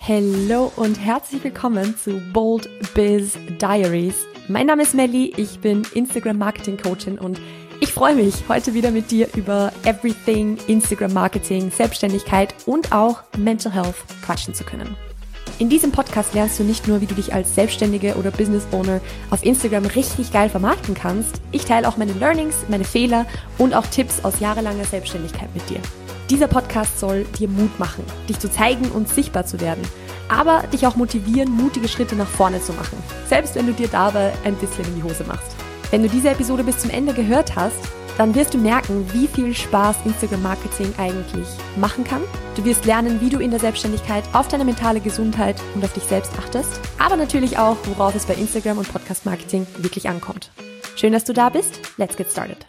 Hallo und herzlich willkommen zu Bold Biz Diaries. Mein Name ist Melli, ich bin Instagram Marketing Coachin und ich freue mich, heute wieder mit dir über Everything Instagram Marketing, Selbstständigkeit und auch Mental Health quatschen zu können. In diesem Podcast lernst du nicht nur, wie du dich als Selbstständige oder Business Owner auf Instagram richtig geil vermarkten kannst. Ich teile auch meine Learnings, meine Fehler und auch Tipps aus jahrelanger Selbstständigkeit mit dir. Dieser Podcast soll dir Mut machen, dich zu zeigen und sichtbar zu werden, aber dich auch motivieren, mutige Schritte nach vorne zu machen, selbst wenn du dir dabei ein bisschen in die Hose machst. Wenn du diese Episode bis zum Ende gehört hast, dann wirst du merken, wie viel Spaß Instagram-Marketing eigentlich machen kann. Du wirst lernen, wie du in der Selbstständigkeit auf deine mentale Gesundheit und auf dich selbst achtest, aber natürlich auch, worauf es bei Instagram und Podcast-Marketing wirklich ankommt. Schön, dass du da bist. Let's get started.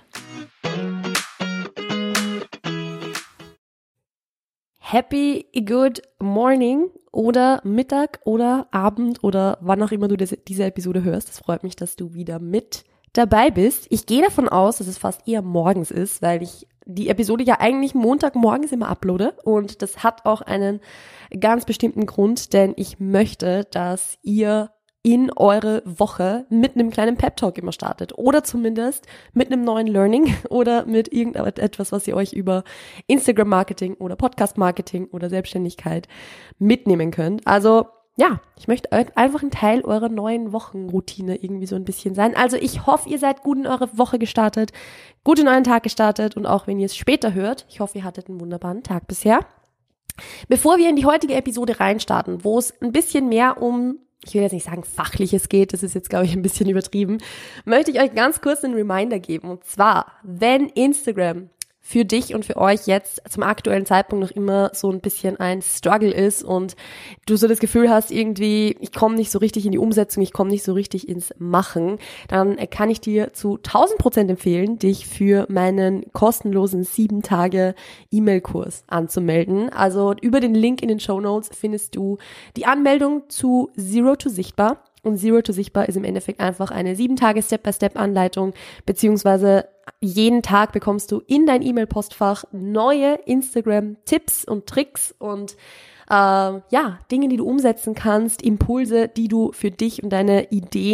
Happy good morning oder Mittag oder Abend oder wann auch immer du diese Episode hörst. Es freut mich, dass du wieder mit dabei bist. Ich gehe davon aus, dass es fast eher morgens ist, weil ich die Episode ja eigentlich Montagmorgens immer uploade und das hat auch einen ganz bestimmten Grund, denn ich möchte, dass ihr in eure Woche mit einem kleinen Pep-Talk immer startet oder zumindest mit einem neuen Learning oder mit irgendetwas, was ihr euch über Instagram-Marketing oder Podcast-Marketing oder Selbstständigkeit mitnehmen könnt. Also ja, ich möchte einfach ein Teil eurer neuen Wochenroutine irgendwie so ein bisschen sein. Also ich hoffe, ihr seid gut in eure Woche gestartet, gut in euren Tag gestartet und auch wenn ihr es später hört, ich hoffe, ihr hattet einen wunderbaren Tag bisher. Bevor wir in die heutige Episode reinstarten, wo es ein bisschen mehr um, ich will jetzt nicht sagen Fachliches geht, das ist jetzt, glaube ich, ein bisschen übertrieben, möchte ich euch ganz kurz einen Reminder geben. Und zwar, wenn Instagram für dich und für euch jetzt zum aktuellen Zeitpunkt noch immer so ein bisschen ein Struggle ist und du so das Gefühl hast, irgendwie, ich komme nicht so richtig in die Umsetzung, ich komme nicht so richtig ins Machen, dann kann ich dir zu 1000% empfehlen, dich für meinen kostenlosen 7-Tage-E-Mail-Kurs anzumelden. Also über den Link in den Shownotes findest du die Anmeldung zu Zero to Sichtbar. Und Zero to Sichtbar ist im Endeffekt einfach eine 7-Tage-Step-by-Step-Anleitung, beziehungsweise jeden Tag bekommst du in dein E-Mail-Postfach neue Instagram-Tipps und Tricks und Dinge, die du umsetzen kannst, Impulse, die du für dich und deine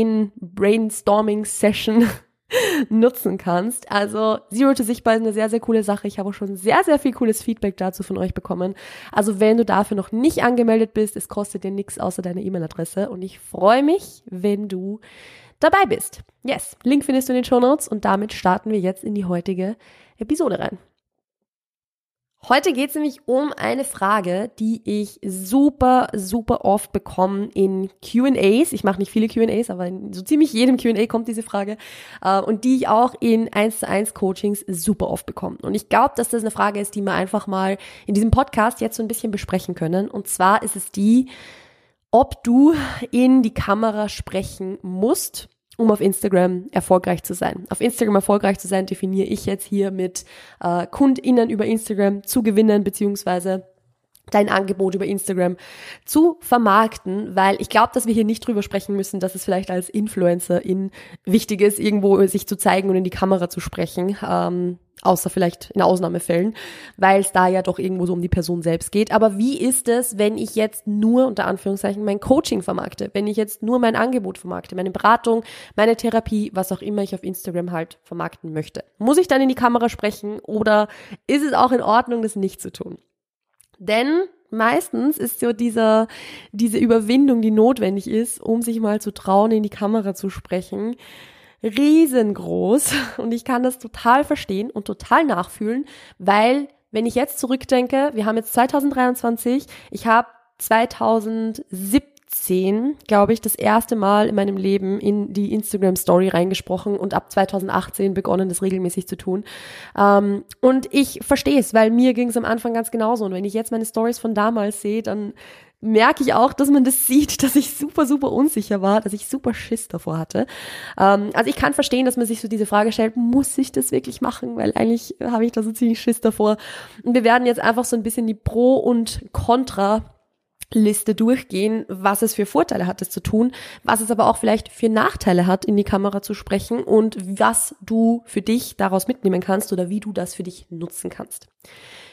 Ideen-Brainstorming-Session nutzen kannst. Also Zero to Sichtbar ist eine sehr, sehr coole Sache. Ich habe auch schon sehr, sehr viel cooles Feedback dazu von euch bekommen. Also wenn du dafür noch nicht angemeldet bist, es kostet dir nichts außer deine E-Mail-Adresse und ich freue mich, wenn du dabei bist. Yes, Link findest du in den Shownotes und damit starten wir jetzt in die heutige Episode rein. Heute geht es nämlich um eine Frage, die ich super, super oft bekomme in Q&As. Ich mache nicht viele Q&As, aber in so ziemlich jedem Q&A kommt diese Frage und die ich auch in 1:1 Coachings super oft bekomme. Und ich glaube, dass das eine Frage ist, die wir einfach mal in diesem Podcast jetzt so ein bisschen besprechen können. Und zwar ist es die, ob du in die Kamera sprechen musst, um auf Instagram erfolgreich zu sein. Auf Instagram erfolgreich zu sein, definiere ich jetzt hier mit KundInnen über Instagram zu gewinnen, beziehungsweise dein Angebot über Instagram zu vermarkten, weil ich glaube, dass wir hier nicht drüber sprechen müssen, dass es vielleicht als Influencerin wichtig ist, irgendwo sich zu zeigen und in die Kamera zu sprechen, außer vielleicht in Ausnahmefällen, weil es da ja doch irgendwo so um die Person selbst geht. Aber wie ist es, wenn ich jetzt nur, unter Anführungszeichen, mein Coaching vermarkte, wenn ich jetzt nur mein Angebot vermarkte, meine Beratung, meine Therapie, was auch immer ich auf Instagram halt vermarkten möchte? Muss ich dann in die Kamera sprechen oder ist es auch in Ordnung, das nicht zu tun? Denn meistens ist so diese Überwindung, die notwendig ist, um sich mal zu trauen, in die Kamera zu sprechen, riesengroß. Und ich kann das total verstehen und total nachfühlen, weil, wenn ich jetzt zurückdenke, wir haben jetzt 2023, ich habe 2017, glaube ich, das erste Mal in meinem Leben in die Instagram-Story reingesprochen und ab 2018 begonnen, das regelmäßig zu tun. Und ich verstehe es, weil mir ging es am Anfang ganz genauso. Und wenn ich jetzt meine Stories von damals sehe, dann merke ich auch, dass man das sieht, dass ich super, super unsicher war, dass ich super Schiss davor hatte. Also ich kann verstehen, dass man sich so diese Frage stellt, muss ich das wirklich machen? Weil eigentlich habe ich da so ziemlich Schiss davor. Und wir werden jetzt einfach so ein bisschen die Pro- und Contra-Liste durchgehen, was es für Vorteile hat, das zu tun, was es aber auch vielleicht für Nachteile hat, in die Kamera zu sprechen und was du für dich daraus mitnehmen kannst oder wie du das für dich nutzen kannst.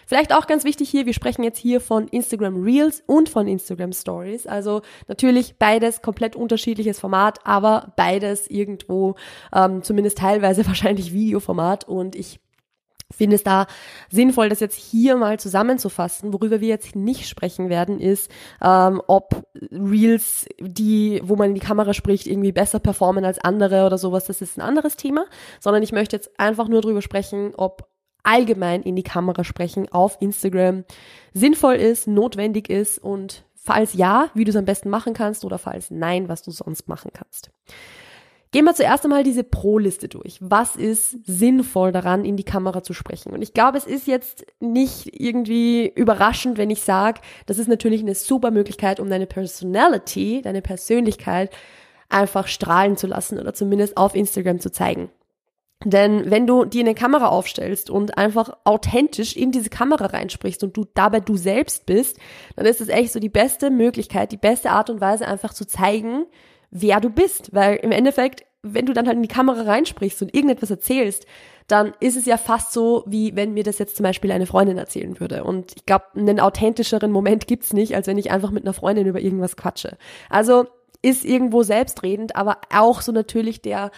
Vielleicht auch ganz wichtig hier, wir sprechen jetzt hier von Instagram Reels und von Instagram Stories. Also natürlich beides komplett unterschiedliches Format, aber beides irgendwo zumindest teilweise wahrscheinlich Videoformat. Und ich finde es da sinnvoll, das jetzt hier mal zusammenzufassen. Worüber wir jetzt nicht sprechen werden, ist, ob Reels, wo man in die Kamera spricht, irgendwie besser performen als andere oder sowas. Das ist ein anderes Thema, sondern ich möchte jetzt einfach nur drüber sprechen, ob allgemein in die Kamera sprechen auf Instagram sinnvoll ist, notwendig ist und falls ja, wie du es am besten machen kannst oder falls nein, was du sonst machen kannst. Gehen wir zuerst einmal diese Pro-Liste durch. Was ist sinnvoll daran, in die Kamera zu sprechen? Und ich glaube, es ist jetzt nicht irgendwie überraschend, wenn ich sage, das ist natürlich eine super Möglichkeit, um deine Personality, deine Persönlichkeit einfach strahlen zu lassen oder zumindest auf Instagram zu zeigen. Denn wenn du dir eine Kamera aufstellst und einfach authentisch in diese Kamera reinsprichst und du dabei du selbst bist, dann ist es echt so die beste Möglichkeit, die beste Art und Weise einfach zu zeigen, wer du bist, weil im Endeffekt, wenn du dann halt in die Kamera reinsprichst und irgendetwas erzählst, dann ist es ja fast so, wie wenn mir das jetzt zum Beispiel eine Freundin erzählen würde. Und ich glaube, einen authentischeren Moment gibt's nicht, als wenn ich einfach mit einer Freundin über irgendwas quatsche. Also ist irgendwo selbstredend, aber auch so natürlich der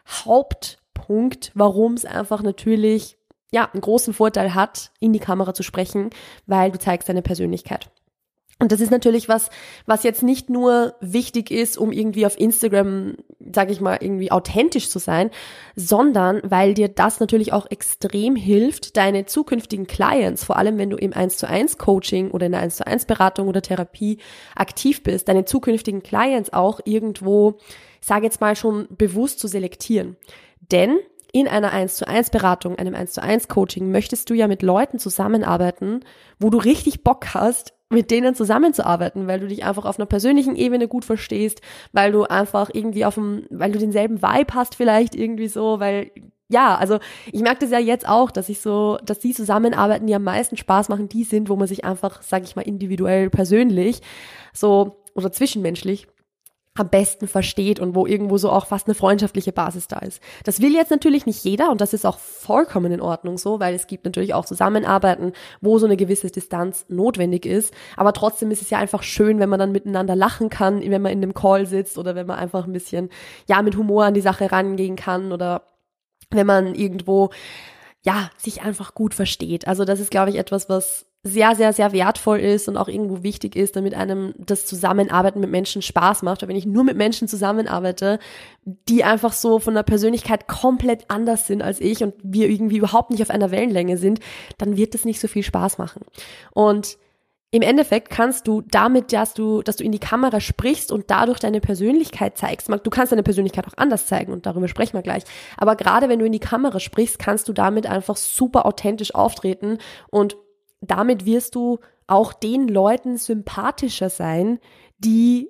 Hauptpunkt, warum es einfach natürlich einen großen Vorteil hat, in die Kamera zu sprechen, weil du zeigst deine Persönlichkeit. Und das ist natürlich was jetzt nicht nur wichtig ist, um irgendwie auf Instagram, sage ich mal, irgendwie authentisch zu sein, sondern weil dir das natürlich auch extrem hilft, deine zukünftigen Clients, vor allem wenn du im 1:1 Coaching oder in der 1:1 Beratung oder Therapie aktiv bist, deine zukünftigen Clients auch irgendwo, ich sage jetzt mal schon bewusst zu selektieren. Denn in einer 1:1 Beratung, einem 1:1 Coaching möchtest du ja mit Leuten zusammenarbeiten, wo du richtig Bock hast, mit denen zusammenzuarbeiten, weil du dich einfach auf einer persönlichen Ebene gut verstehst, weil du einfach irgendwie weil du denselben Vibe hast vielleicht irgendwie so, weil also ich merke das ja jetzt auch, dass die Zusammenarbeiten, die am meisten Spaß machen, die sind, wo man sich einfach, sage ich mal, individuell, persönlich so oder zwischenmenschlich am besten versteht und wo irgendwo so auch fast eine freundschaftliche Basis da ist. Das will jetzt natürlich nicht jeder und das ist auch vollkommen in Ordnung so, weil es gibt natürlich auch Zusammenarbeiten, wo so eine gewisse Distanz notwendig ist, aber trotzdem ist es ja einfach schön, wenn man dann miteinander lachen kann, wenn man in einem Call sitzt oder wenn man einfach ein bisschen, mit Humor an die Sache rangehen kann oder wenn man irgendwo, sich einfach gut versteht. Also das ist, glaube ich, etwas, was sehr, sehr, sehr wertvoll ist und auch irgendwo wichtig ist, damit einem das Zusammenarbeiten mit Menschen Spaß macht. Weil wenn ich nur mit Menschen zusammenarbeite, die einfach so von der Persönlichkeit komplett anders sind als ich und wir irgendwie überhaupt nicht auf einer Wellenlänge sind, dann wird das nicht so viel Spaß machen. Und im Endeffekt kannst du damit, dass du in die Kamera sprichst und dadurch deine Persönlichkeit zeigst. Du kannst deine Persönlichkeit auch anders zeigen und darüber sprechen wir gleich. Aber gerade wenn du in die Kamera sprichst, kannst du damit einfach super authentisch auftreten und damit wirst du auch den Leuten sympathischer sein, die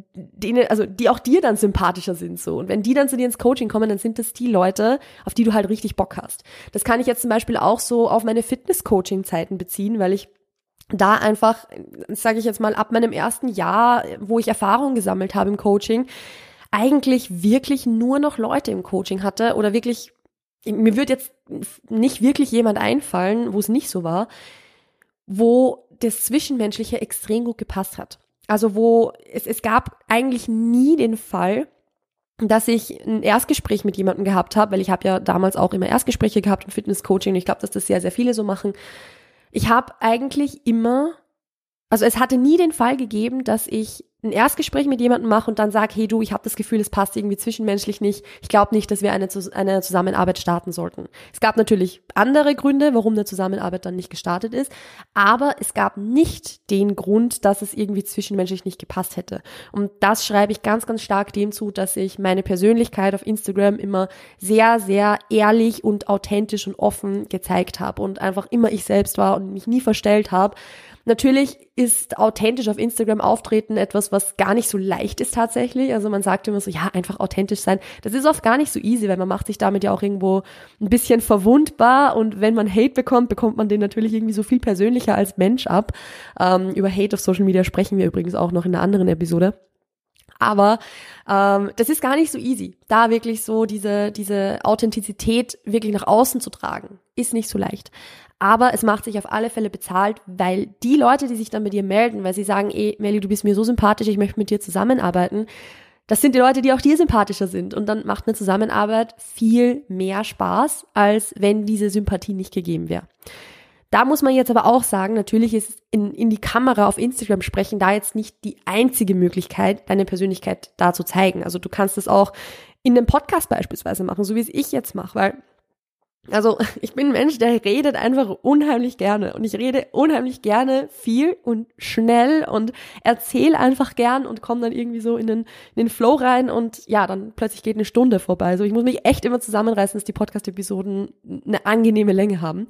auch dir dann sympathischer sind so. Und wenn die dann zu dir ins Coaching kommen, dann sind das die Leute, auf die du halt richtig Bock hast. Das kann ich jetzt zum Beispiel auch so auf meine Fitness-Coaching-Zeiten beziehen, weil ich da einfach, sage ich jetzt mal, ab meinem ersten Jahr, wo ich Erfahrung gesammelt habe im Coaching, eigentlich wirklich nur noch Leute im Coaching hatte oder wirklich, mir wird jetzt nicht wirklich jemand einfallen, wo es nicht so war, wo das Zwischenmenschliche extrem gut gepasst hat. Also wo es gab eigentlich nie den Fall, dass ich ein Erstgespräch mit jemandem gehabt habe, weil ich habe ja damals auch immer Erstgespräche gehabt im Fitnesscoaching und ich glaube, dass das sehr, sehr viele so machen. Ich habe eigentlich es hatte nie den Fall gegeben, dass ich ein Erstgespräch mit jemandem mache und dann sage, hey du, ich habe das Gefühl, es passt irgendwie zwischenmenschlich nicht. Ich glaube nicht, dass wir eine Zusammenarbeit starten sollten. Es gab natürlich andere Gründe, warum eine Zusammenarbeit dann nicht gestartet ist, aber es gab nicht den Grund, dass es irgendwie zwischenmenschlich nicht gepasst hätte. Und das schreibe ich ganz, ganz stark dem zu, dass ich meine Persönlichkeit auf Instagram immer sehr, sehr ehrlich und authentisch und offen gezeigt habe und einfach immer ich selbst war und mich nie verstellt habe. Natürlich ist authentisch auf Instagram auftreten etwas, was gar nicht so leicht ist tatsächlich. Also man sagt immer so, einfach authentisch sein. Das ist oft gar nicht so easy, weil man macht sich damit ja auch irgendwo ein bisschen verwundbar und wenn man Hate bekommt man den natürlich irgendwie so viel persönlicher als Mensch ab. Über Hate auf Social Media sprechen wir übrigens auch noch in einer anderen Episode. Aber das ist gar nicht so easy, da wirklich so diese Authentizität wirklich nach außen zu tragen. Ist nicht so leicht. Aber es macht sich auf alle Fälle bezahlt, weil die Leute, die sich dann bei dir melden, weil sie sagen, Melli, du bist mir so sympathisch, ich möchte mit dir zusammenarbeiten, das sind die Leute, die auch dir sympathischer sind. Und dann macht eine Zusammenarbeit viel mehr Spaß, als wenn diese Sympathie nicht gegeben wäre. Da muss man jetzt aber auch sagen, natürlich ist in die Kamera auf Instagram sprechen da jetzt nicht die einzige Möglichkeit, deine Persönlichkeit da zu zeigen. Also du kannst es auch in einem Podcast beispielsweise machen, so wie es ich jetzt mache, weil also ich bin ein Mensch, der redet einfach unheimlich gerne und ich rede unheimlich gerne viel und schnell und erzähle einfach gern und komme dann irgendwie so in den Flow rein und ja, dann plötzlich geht eine Stunde vorbei. Also ich muss mich echt immer zusammenreißen, dass die Podcast-Episoden eine angenehme Länge haben.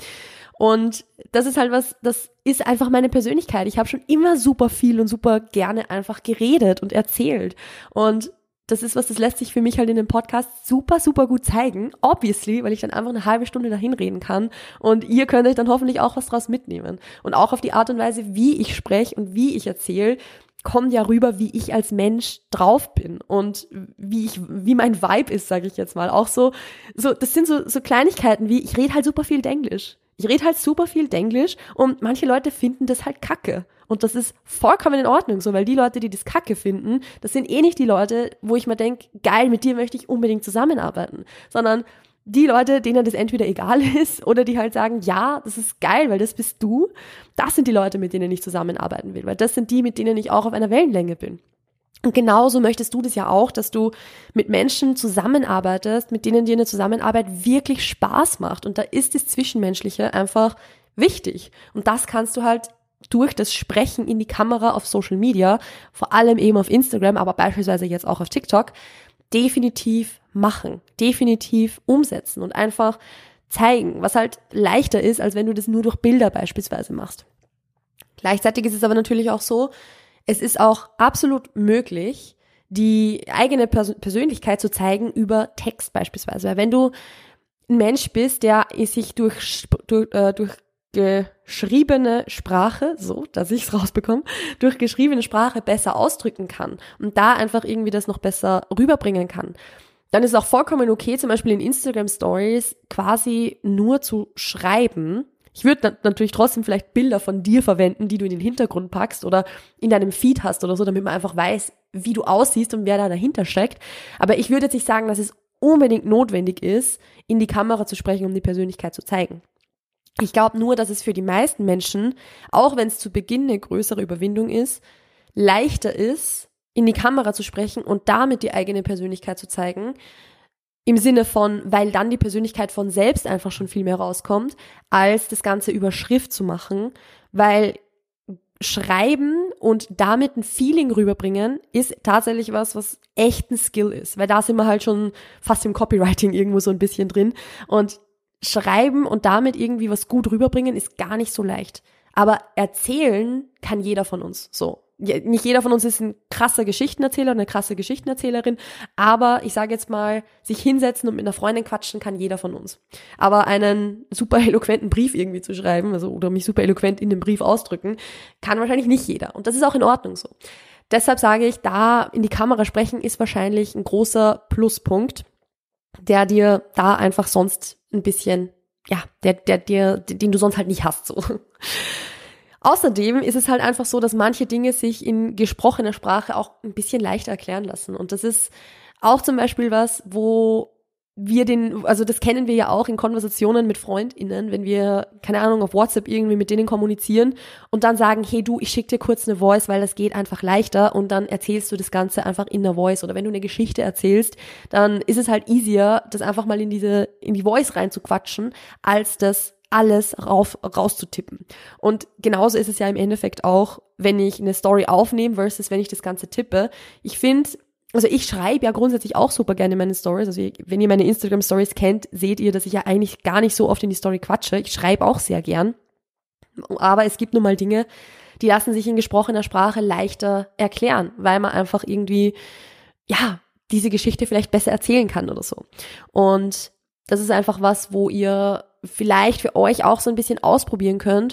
Und das ist halt was, das ist einfach meine Persönlichkeit. Ich habe schon immer super viel und super gerne einfach geredet und erzählt und das ist was, das lässt sich für mich halt in dem Podcast super, super gut zeigen. Obviously, weil ich dann einfach eine halbe Stunde dahin reden kann. Und ihr könnt euch dann hoffentlich auch was draus mitnehmen. Und auch auf die Art und Weise, wie ich spreche und wie ich erzähle, kommt ja rüber, wie ich als Mensch drauf bin und wie mein Vibe ist, sage ich jetzt mal. Auch so, das sind so Kleinigkeiten wie, ich rede halt super viel Denglisch. Ich rede halt super viel Denglisch und manche Leute finden das halt kacke. Und das ist vollkommen in Ordnung so, weil die Leute, die das kacke finden, das sind nicht die Leute, wo ich mir denke, geil, mit dir möchte ich unbedingt zusammenarbeiten. Sondern die Leute, denen das entweder egal ist oder die halt sagen, ja, das ist geil, weil das bist du. Das sind die Leute, mit denen ich zusammenarbeiten will, weil das sind die, mit denen ich auch auf einer Wellenlänge bin. Und genauso möchtest du das ja auch, dass du mit Menschen zusammenarbeitest, mit denen dir eine Zusammenarbeit wirklich Spaß macht. Und da ist das Zwischenmenschliche einfach wichtig. Und das kannst du halt durch das Sprechen in die Kamera auf Social Media, vor allem eben auf Instagram, aber beispielsweise jetzt auch auf TikTok, definitiv machen, definitiv umsetzen und einfach zeigen, was halt leichter ist, als wenn du das nur durch Bilder beispielsweise machst. Gleichzeitig ist es aber natürlich auch so, es ist auch absolut möglich, die eigene Persönlichkeit zu zeigen über Text beispielsweise. Weil wenn du ein Mensch bist, der sich durch geschriebene Sprache, so, dass ich es rausbekomme, durch geschriebene Sprache besser ausdrücken kann und da einfach irgendwie das noch besser rüberbringen kann, dann ist es auch vollkommen okay, zum Beispiel in Instagram Stories quasi nur zu schreiben. Ich würde natürlich trotzdem vielleicht Bilder von dir verwenden, die du in den Hintergrund packst oder in deinem Feed hast oder so, damit man einfach weiß, wie du aussiehst und wer da dahinter steckt. Aber ich würde jetzt nicht sagen, dass es unbedingt notwendig ist, in die Kamera zu sprechen, um die Persönlichkeit zu zeigen. Ich glaube nur, dass es für die meisten Menschen, auch wenn es zu Beginn eine größere Überwindung ist, leichter ist, in die Kamera zu sprechen und damit die eigene Persönlichkeit zu zeigen, im Sinne von, weil dann die Persönlichkeit von selbst einfach schon viel mehr rauskommt, als das Ganze über Schrift zu machen, weil Schreiben und damit ein Feeling rüberbringen ist tatsächlich was echt ein Skill ist, weil da sind wir halt schon fast im Copywriting irgendwo so ein bisschen drin und Schreiben und damit irgendwie was gut rüberbringen ist gar nicht so leicht. Aber erzählen kann jeder von uns so. Ja, nicht jeder von uns ist ein krasser Geschichtenerzähler, eine krasse Geschichtenerzählerin, aber ich sage jetzt mal, sich hinsetzen und mit einer Freundin quatschen kann jeder von uns. Aber einen super eloquenten Brief irgendwie zu schreiben, also oder mich super eloquent in dem Brief ausdrücken, kann wahrscheinlich nicht jeder. Und das ist auch in Ordnung so. Deshalb sage ich, da in die Kamera sprechen ist wahrscheinlich ein großer Pluspunkt, der dir da einfach sonst ein bisschen, ja, den du sonst halt nicht hast, so. Außerdem ist es halt einfach so, dass manche Dinge sich in gesprochener Sprache auch ein bisschen leichter erklären lassen. Und das ist auch zum Beispiel was, wo also das kennen wir ja auch in Konversationen mit FreundInnen, wenn wir, keine Ahnung, auf WhatsApp irgendwie mit denen kommunizieren und dann sagen, hey du, ich schicke dir kurz eine Voice, weil das geht einfach leichter und dann erzählst du das Ganze einfach in der Voice. Oder wenn du eine Geschichte erzählst, dann ist es halt easier, das einfach mal in die Voice reinzuquatschen, als das alles rauszutippen. Und genauso ist es ja im Endeffekt auch, wenn ich eine Story aufnehme versus wenn ich das Ganze tippe. Ich finde, also ich schreibe ja grundsätzlich auch super gerne meine Stories. Also wenn ihr meine Instagram-Stories kennt, seht ihr, dass ich ja eigentlich gar nicht so oft in die Story quatsche. Ich schreibe auch sehr gern. Aber es gibt nun mal Dinge, die lassen sich in gesprochener Sprache leichter erklären, weil man einfach irgendwie, ja, diese Geschichte vielleicht besser erzählen kann oder so. Und das ist einfach was, wo ihr vielleicht für euch auch so ein bisschen ausprobieren könnt,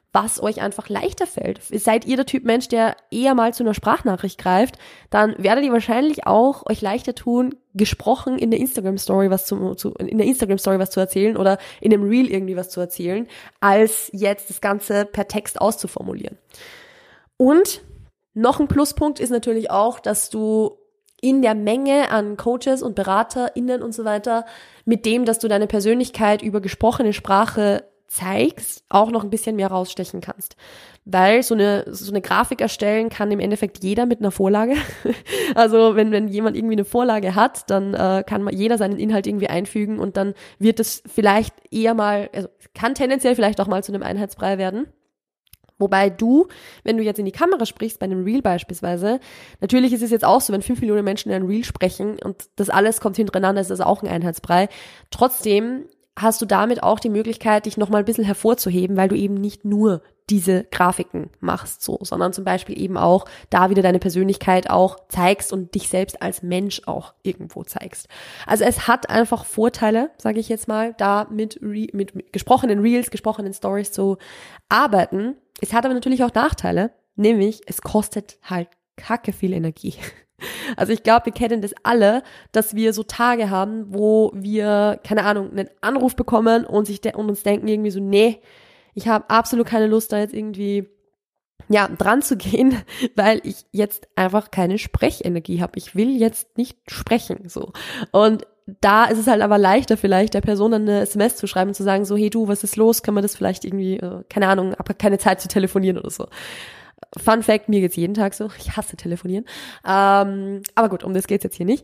was euch einfach leichter fällt. Seid ihr der Typ Mensch, der eher mal zu einer Sprachnachricht greift, dann werdet ihr wahrscheinlich auch euch leichter tun, gesprochen in der Instagram-Story was zu erzählen oder in einem Reel irgendwie was zu erzählen, als jetzt das Ganze per Text auszuformulieren. Und noch ein Pluspunkt ist natürlich auch, dass du in der Menge an Coaches und BeraterInnen und so weiter, mit dem, dass du deine Persönlichkeit über gesprochene Sprache zeigst, auch noch ein bisschen mehr rausstechen kannst. Weil so eine Grafik erstellen kann im Endeffekt jeder mit einer Vorlage. Also wenn jemand irgendwie eine Vorlage hat, dann kann jeder seinen Inhalt irgendwie einfügen und dann wird es vielleicht eher mal, also kann tendenziell vielleicht auch mal zu einem Einheitsbrei werden. Wobei du, wenn du jetzt in die Kamera sprichst, bei einem Reel beispielsweise, natürlich ist es jetzt auch so, wenn 5 Millionen Menschen in einem Reel sprechen und das alles kommt hintereinander, ist das auch ein Einheitsbrei. Trotzdem hast du damit auch die Möglichkeit, dich nochmal ein bisschen hervorzuheben, weil du eben nicht nur diese Grafiken machst, so, sondern zum Beispiel eben auch da wieder deine Persönlichkeit auch zeigst und dich selbst als Mensch auch irgendwo zeigst. Also es hat einfach Vorteile, sage ich jetzt mal, da mit gesprochenen Reels, gesprochenen Stories zu arbeiten. Es hat aber natürlich auch Nachteile, nämlich es kostet halt kacke viel Energie. Also ich glaube, wir kennen das alle, dass wir so Tage haben, wo wir, keine Ahnung, einen Anruf bekommen und uns denken irgendwie so, nee, ich habe absolut keine Lust, da jetzt irgendwie dran zu gehen, weil ich jetzt einfach keine Sprechenergie habe. Ich will jetzt nicht sprechen, so. Und da ist es halt aber leichter vielleicht, der Person dann eine SMS zu schreiben und zu sagen so, hey du, was ist los? Können wir das vielleicht irgendwie, keine Ahnung, habe keine Zeit zu telefonieren oder so. Fun Fact, mir geht's jeden Tag so. Ich hasse telefonieren. Aber gut, um das geht's jetzt hier nicht.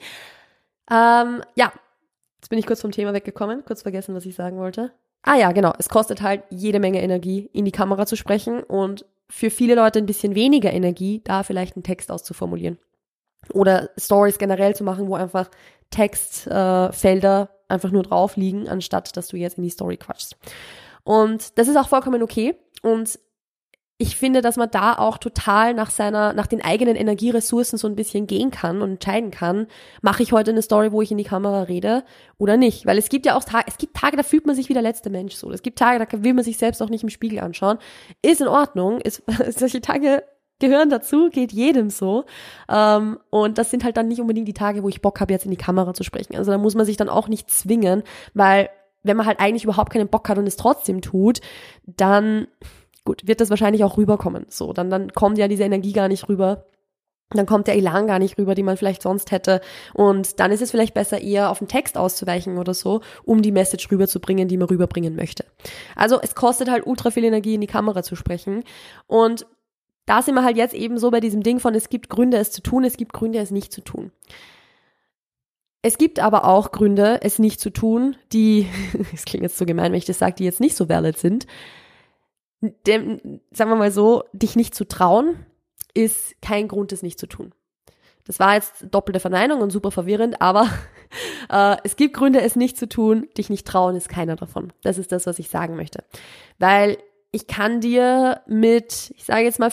Jetzt bin ich kurz vom Thema weggekommen. Kurz vergessen, was ich sagen wollte. Ja, genau. Es kostet halt jede Menge Energie, in die Kamera zu sprechen und für viele Leute ein bisschen weniger Energie, da vielleicht einen Text auszuformulieren. Oder Stories generell zu machen, wo einfach Textfelder einfach nur drauf liegen, anstatt dass du jetzt in die Story quatschst. Und das ist auch vollkommen okay. Und ich finde, dass man da auch total nach den eigenen Energieressourcen so ein bisschen gehen kann und entscheiden kann, mache ich heute eine Story, wo ich in die Kamera rede oder nicht. Weil es gibt ja auch Tage, da fühlt man sich wie der letzte Mensch so. Es gibt Tage, da will man sich selbst auch nicht im Spiegel anschauen. Ist in Ordnung. Solche Tage gehören dazu, geht jedem so. Und das sind halt dann nicht unbedingt die Tage, wo ich Bock habe, jetzt in die Kamera zu sprechen. Also da muss man sich dann auch nicht zwingen, weil wenn man halt eigentlich überhaupt keinen Bock hat und es trotzdem tut, dann wird das wahrscheinlich auch rüberkommen. So, dann kommt ja diese Energie gar nicht rüber. Dann kommt der Elan gar nicht rüber, die man vielleicht sonst hätte. Und dann ist es vielleicht besser, eher auf den Text auszuweichen oder so, um die Message rüberzubringen, die man rüberbringen möchte. Also es kostet halt ultra viel Energie, in die Kamera zu sprechen. Und da sind wir halt jetzt eben so bei diesem Ding von, es gibt Gründe, es zu tun, es gibt Gründe, es nicht zu tun. Es gibt aber auch Gründe, es nicht zu tun, die, es klingt jetzt so gemein, wenn ich das sage, die jetzt nicht so valid sind. Sagen wir mal so, dich nicht zu trauen, ist kein Grund, es nicht zu tun. Das war jetzt doppelte Verneinung und super verwirrend, aber es gibt Gründe, es nicht zu tun. Dich nicht trauen ist keiner davon. Das ist das, was ich sagen möchte. Weil ich kann dir mit, ich sage jetzt mal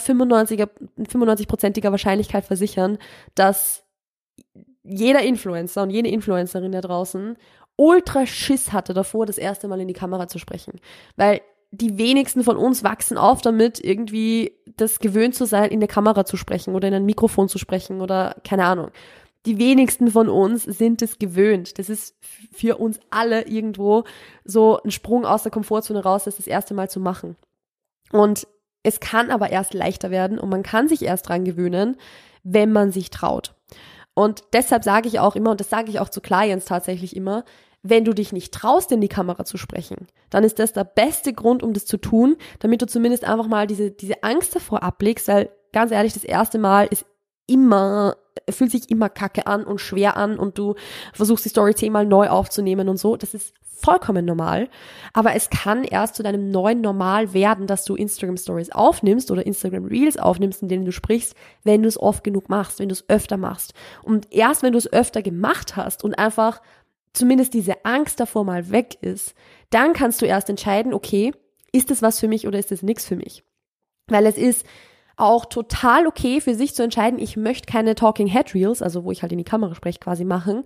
95%iger Wahrscheinlichkeit versichern, dass jeder Influencer und jede Influencerin da draußen ultra Schiss hatte davor, das erste Mal in die Kamera zu sprechen. Weil die wenigsten von uns wachsen auf damit, irgendwie das gewöhnt zu sein, in der Kamera zu sprechen oder in ein Mikrofon zu sprechen oder keine Ahnung. Die wenigsten von uns sind es gewöhnt. Das ist für uns alle irgendwo so ein Sprung aus der Komfortzone raus, das erste Mal zu machen. Und es kann aber erst leichter werden und man kann sich erst dran gewöhnen, wenn man sich traut. Und deshalb sage ich auch immer, und das sage ich auch zu Clients tatsächlich immer, wenn du dich nicht traust, in die Kamera zu sprechen, dann ist das der beste Grund, um das zu tun, damit du zumindest einfach mal diese Angst davor ablegst, weil ganz ehrlich, das erste Mal fühlt sich immer kacke an und schwer an und du versuchst die Story 10-mal neu aufzunehmen und so. Das ist vollkommen normal, aber es kann erst zu deinem neuen Normal werden, dass du Instagram Stories aufnimmst oder Instagram Reels aufnimmst, in denen du sprichst, wenn du es oft genug machst, wenn du es öfter machst. Und erst wenn du es öfter gemacht hast und einfach zumindest diese Angst davor mal weg ist, dann kannst du erst entscheiden, okay, ist das was für mich oder ist das nichts für mich? Weil es ist auch total okay für sich zu entscheiden, ich möchte keine Talking Head Reels, also wo ich halt in die Kamera spreche, quasi machen,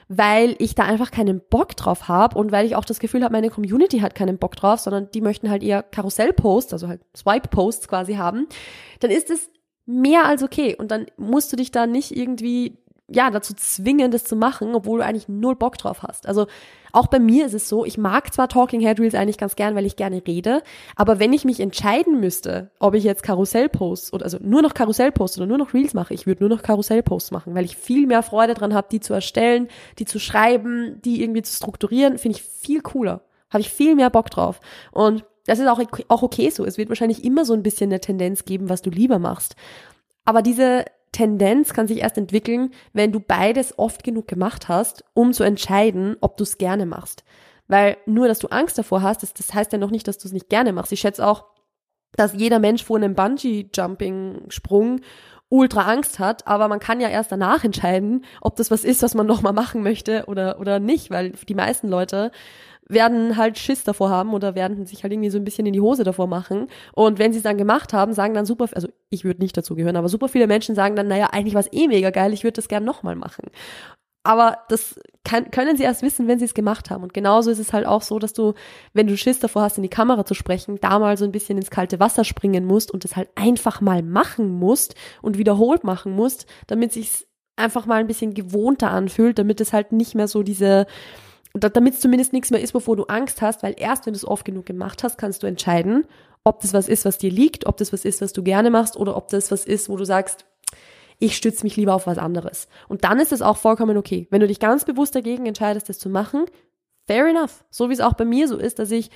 weil ich da einfach keinen Bock drauf habe und weil ich auch das Gefühl habe, meine Community hat keinen Bock drauf, sondern die möchten halt eher Karussell-Posts, also halt Swipe-Posts quasi haben, dann ist es mehr als okay. Und dann musst du dich da nicht irgendwie dazu zwingen, das zu machen, obwohl du eigentlich null Bock drauf hast. Also auch bei mir ist es so, ich mag zwar Talking Head Reels eigentlich ganz gern, weil ich gerne rede, aber wenn ich mich entscheiden müsste, ob ich jetzt Karussellposts oder also nur noch Karussellposts oder nur noch Reels mache, ich würde nur noch Karussellposts machen, weil ich viel mehr Freude dran habe, die zu erstellen, die zu schreiben, die irgendwie zu strukturieren, finde ich viel cooler. Habe ich viel mehr Bock drauf. Und das ist auch okay so. Es wird wahrscheinlich immer so ein bisschen eine Tendenz geben, was du lieber machst. Aber diese Tendenz kann sich erst entwickeln, wenn du beides oft genug gemacht hast, um zu entscheiden, ob du es gerne machst. Weil nur, dass du Angst davor hast, das heißt ja noch nicht, dass du es nicht gerne machst. Ich schätze auch, dass jeder Mensch vor einem Bungee-Jumping-Sprung ultra Angst hat, aber man kann ja erst danach entscheiden, ob das was ist, was man nochmal machen möchte oder nicht, weil die meisten Leute werden halt Schiss davor haben oder werden sich halt irgendwie so ein bisschen in die Hose davor machen. Und wenn sie es dann gemacht haben, sagen dann super, also ich würde nicht dazu gehören, aber super viele Menschen sagen dann, naja, eigentlich war es eh mega geil, ich würde das gern nochmal machen. Aber das können sie erst wissen, wenn sie es gemacht haben. Und genauso ist es halt auch so, dass du, wenn du Schiss davor hast, in die Kamera zu sprechen, da mal so ein bisschen ins kalte Wasser springen musst und das halt einfach mal machen musst und wiederholt machen musst, damit sich's einfach mal ein bisschen gewohnter anfühlt, damit es halt nicht mehr so damit es zumindest nichts mehr ist, wovor du Angst hast, weil erst wenn du es oft genug gemacht hast, kannst du entscheiden, ob das was ist, was dir liegt, ob das was ist, was du gerne machst oder ob das was ist, wo du sagst, ich stütze mich lieber auf was anderes. Und dann ist es auch vollkommen okay. Wenn du dich ganz bewusst dagegen entscheidest, das zu machen, fair enough. So wie es auch bei mir so ist, dass ich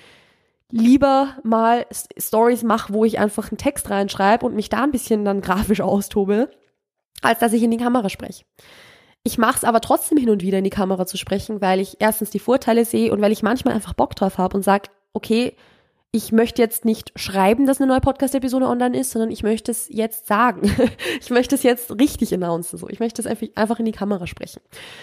lieber mal Stories mache, wo ich einfach einen Text reinschreibe und mich da ein bisschen dann grafisch austobe, als dass ich in die Kamera spreche. Ich mache es aber trotzdem hin und wieder in die Kamera zu sprechen, weil ich erstens die Vorteile sehe und weil ich manchmal einfach Bock drauf habe und sage, okay, ich möchte jetzt nicht schreiben, dass eine neue Podcast-Episode online ist, sondern ich möchte es jetzt sagen. Ich möchte es jetzt richtig announcen. So. Ich möchte es einfach in die Kamera sprechen.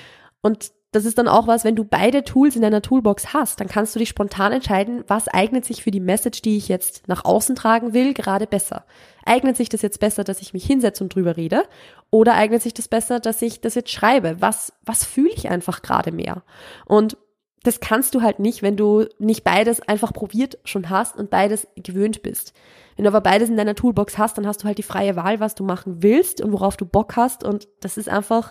Und das ist dann auch was, wenn du beide Tools in deiner Toolbox hast, dann kannst du dich spontan entscheiden, was eignet sich für die Message, die ich jetzt nach außen tragen will, gerade besser. Eignet sich das jetzt besser, dass ich mich hinsetze und drüber rede? Oder eignet sich das besser, dass ich das jetzt schreibe? Was fühle ich einfach gerade mehr? Und das kannst du halt nicht, wenn du nicht beides einfach probiert schon hast und beides gewöhnt bist. Wenn du aber beides in deiner Toolbox hast, dann hast du halt die freie Wahl, was du machen willst und worauf du Bock hast. Und das ist einfach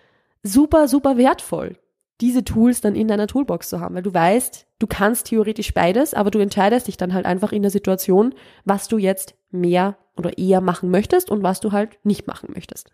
super, super wertvoll, diese Tools dann in deiner Toolbox zu haben, weil du weißt, du kannst theoretisch beides, aber du entscheidest dich dann halt einfach in der Situation, was du jetzt mehr oder eher machen möchtest und was du halt nicht machen möchtest.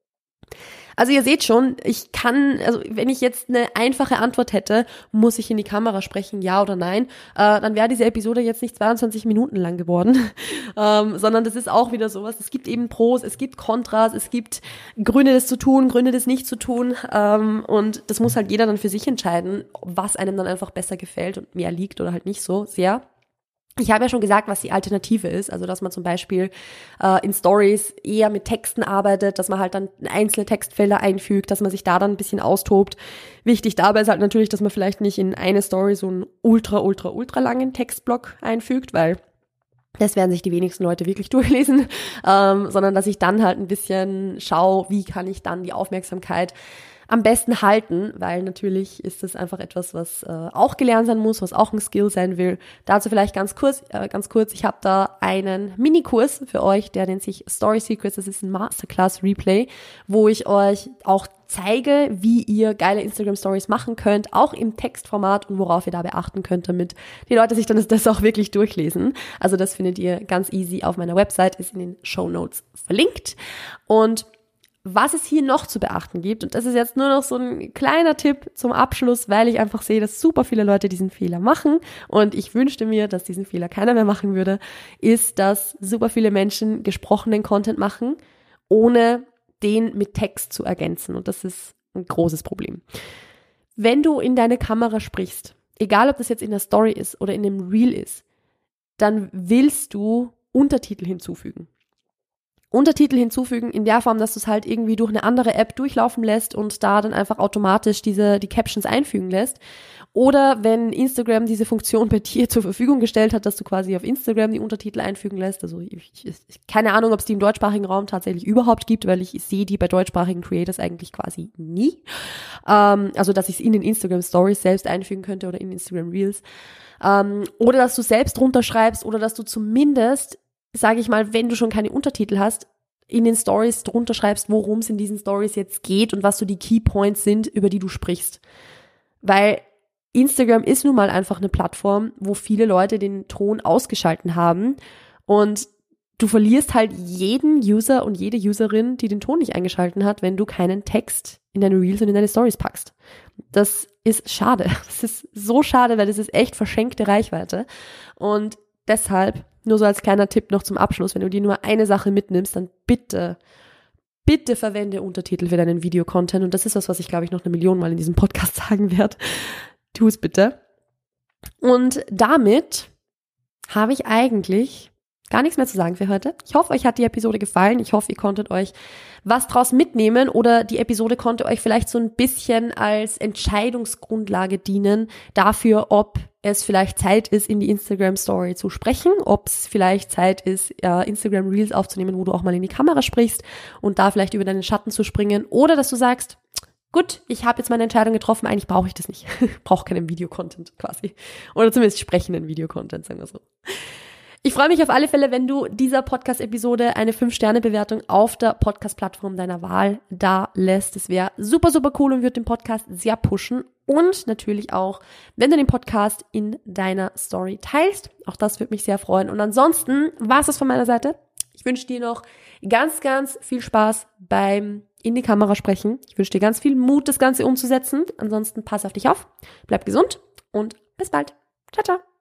Also ihr seht schon, wenn ich jetzt eine einfache Antwort hätte, muss ich in die Kamera sprechen, ja oder nein, dann wäre diese Episode jetzt nicht 22 Minuten lang geworden, sondern das ist auch wieder sowas, es gibt eben Pros, es gibt Kontras, es gibt Gründe, das zu tun, Gründe, das nicht zu tun, und das muss halt jeder dann für sich entscheiden, was einem dann einfach besser gefällt und mehr liegt oder halt nicht so sehr. Ich habe ja schon gesagt, was die Alternative ist, also dass man zum Beispiel in Stories eher mit Texten arbeitet, dass man halt dann einzelne Textfelder einfügt, dass man sich da dann ein bisschen austobt. Wichtig dabei ist halt natürlich, dass man vielleicht nicht in eine Story so einen ultra langen Textblock einfügt, weil das werden sich die wenigsten Leute wirklich durchlesen, sondern dass ich dann halt ein bisschen schaue, wie kann ich dann die Aufmerksamkeit am besten halten, weil natürlich ist das einfach etwas, was auch gelernt sein muss, was auch ein Skill sein will. Dazu vielleicht ganz kurz, ich habe da einen Minikurs für euch, der nennt sich Story Secrets, das ist ein Masterclass Replay, wo ich euch auch zeige, wie ihr geile Instagram Stories machen könnt, auch im Textformat und worauf ihr da beachten könnt, damit die Leute sich dann das auch wirklich durchlesen. Also das findet ihr ganz easy auf meiner Website, ist in den Shownotes verlinkt. Und was es hier noch zu beachten gibt, und das ist jetzt nur noch so ein kleiner Tipp zum Abschluss, weil ich einfach sehe, dass super viele Leute diesen Fehler machen und ich wünschte mir, dass diesen Fehler keiner mehr machen würde, ist, dass super viele Menschen gesprochenen Content machen, ohne den mit Text zu ergänzen, und das ist ein großes Problem. Wenn du in deine Kamera sprichst, egal ob das jetzt in der Story ist oder in einem Reel ist, dann willst du Untertitel hinzufügen. Untertitel hinzufügen in der Form, dass du es halt irgendwie durch eine andere App durchlaufen lässt und da dann einfach automatisch die Captions einfügen lässt. Oder wenn Instagram diese Funktion bei dir zur Verfügung gestellt hat, dass du quasi auf Instagram die Untertitel einfügen lässt. Also keine Ahnung, ob es die im deutschsprachigen Raum tatsächlich überhaupt gibt, weil ich sehe die bei deutschsprachigen Creators eigentlich quasi nie. Also dass ich es in den Instagram Stories selbst einfügen könnte oder in Instagram Reels. Oder dass du selbst drunter schreibst oder dass du zumindest, sage ich mal, wenn du schon keine Untertitel hast, in den Stories drunter schreibst, worum es in diesen Stories jetzt geht und was so die Key Points sind, über die du sprichst. Weil Instagram ist nun mal einfach eine Plattform, wo viele Leute den Ton ausgeschalten haben und du verlierst halt jeden User und jede Userin, die den Ton nicht eingeschalten hat, wenn du keinen Text in deine Reels und in deine Stories packst. Das ist schade. Das ist so schade, weil das ist echt verschenkte Reichweite. Und deshalb, nur so als kleiner Tipp noch zum Abschluss, wenn du dir nur eine Sache mitnimmst, dann bitte verwende Untertitel für deinen Videocontent. Und das ist was ich, glaube ich, noch 1 Million Mal in diesem Podcast sagen werde. Tu es bitte. Und damit habe ich eigentlich gar nichts mehr zu sagen für heute. Ich hoffe, euch hat die Episode gefallen. Ich hoffe, ihr konntet euch was draus mitnehmen oder die Episode konnte euch vielleicht so ein bisschen als Entscheidungsgrundlage dienen dafür, ob es vielleicht Zeit ist, in die Instagram Story zu sprechen, ob es vielleicht Zeit ist, Instagram Reels aufzunehmen, wo du auch mal in die Kamera sprichst und da vielleicht über deinen Schatten zu springen oder dass du sagst, gut, ich habe jetzt meine Entscheidung getroffen, eigentlich brauche ich das nicht. Brauche keinen Videocontent quasi. Oder zumindest sprechenden Videocontent, sagen wir so. Ich freue mich auf alle Fälle, wenn du dieser Podcast-Episode eine 5-Sterne-Bewertung auf der Podcast-Plattform deiner Wahl da lässt. Das wäre super, super cool und wird den Podcast sehr pushen. Und natürlich auch, wenn du den Podcast in deiner Story teilst. Auch das würde mich sehr freuen. Und ansonsten war es das von meiner Seite. Ich wünsche dir noch ganz, ganz viel Spaß beim in die Kamera sprechen. Ich wünsche dir ganz viel Mut, das Ganze umzusetzen. Ansonsten pass auf dich auf, bleib gesund und bis bald. Ciao, ciao.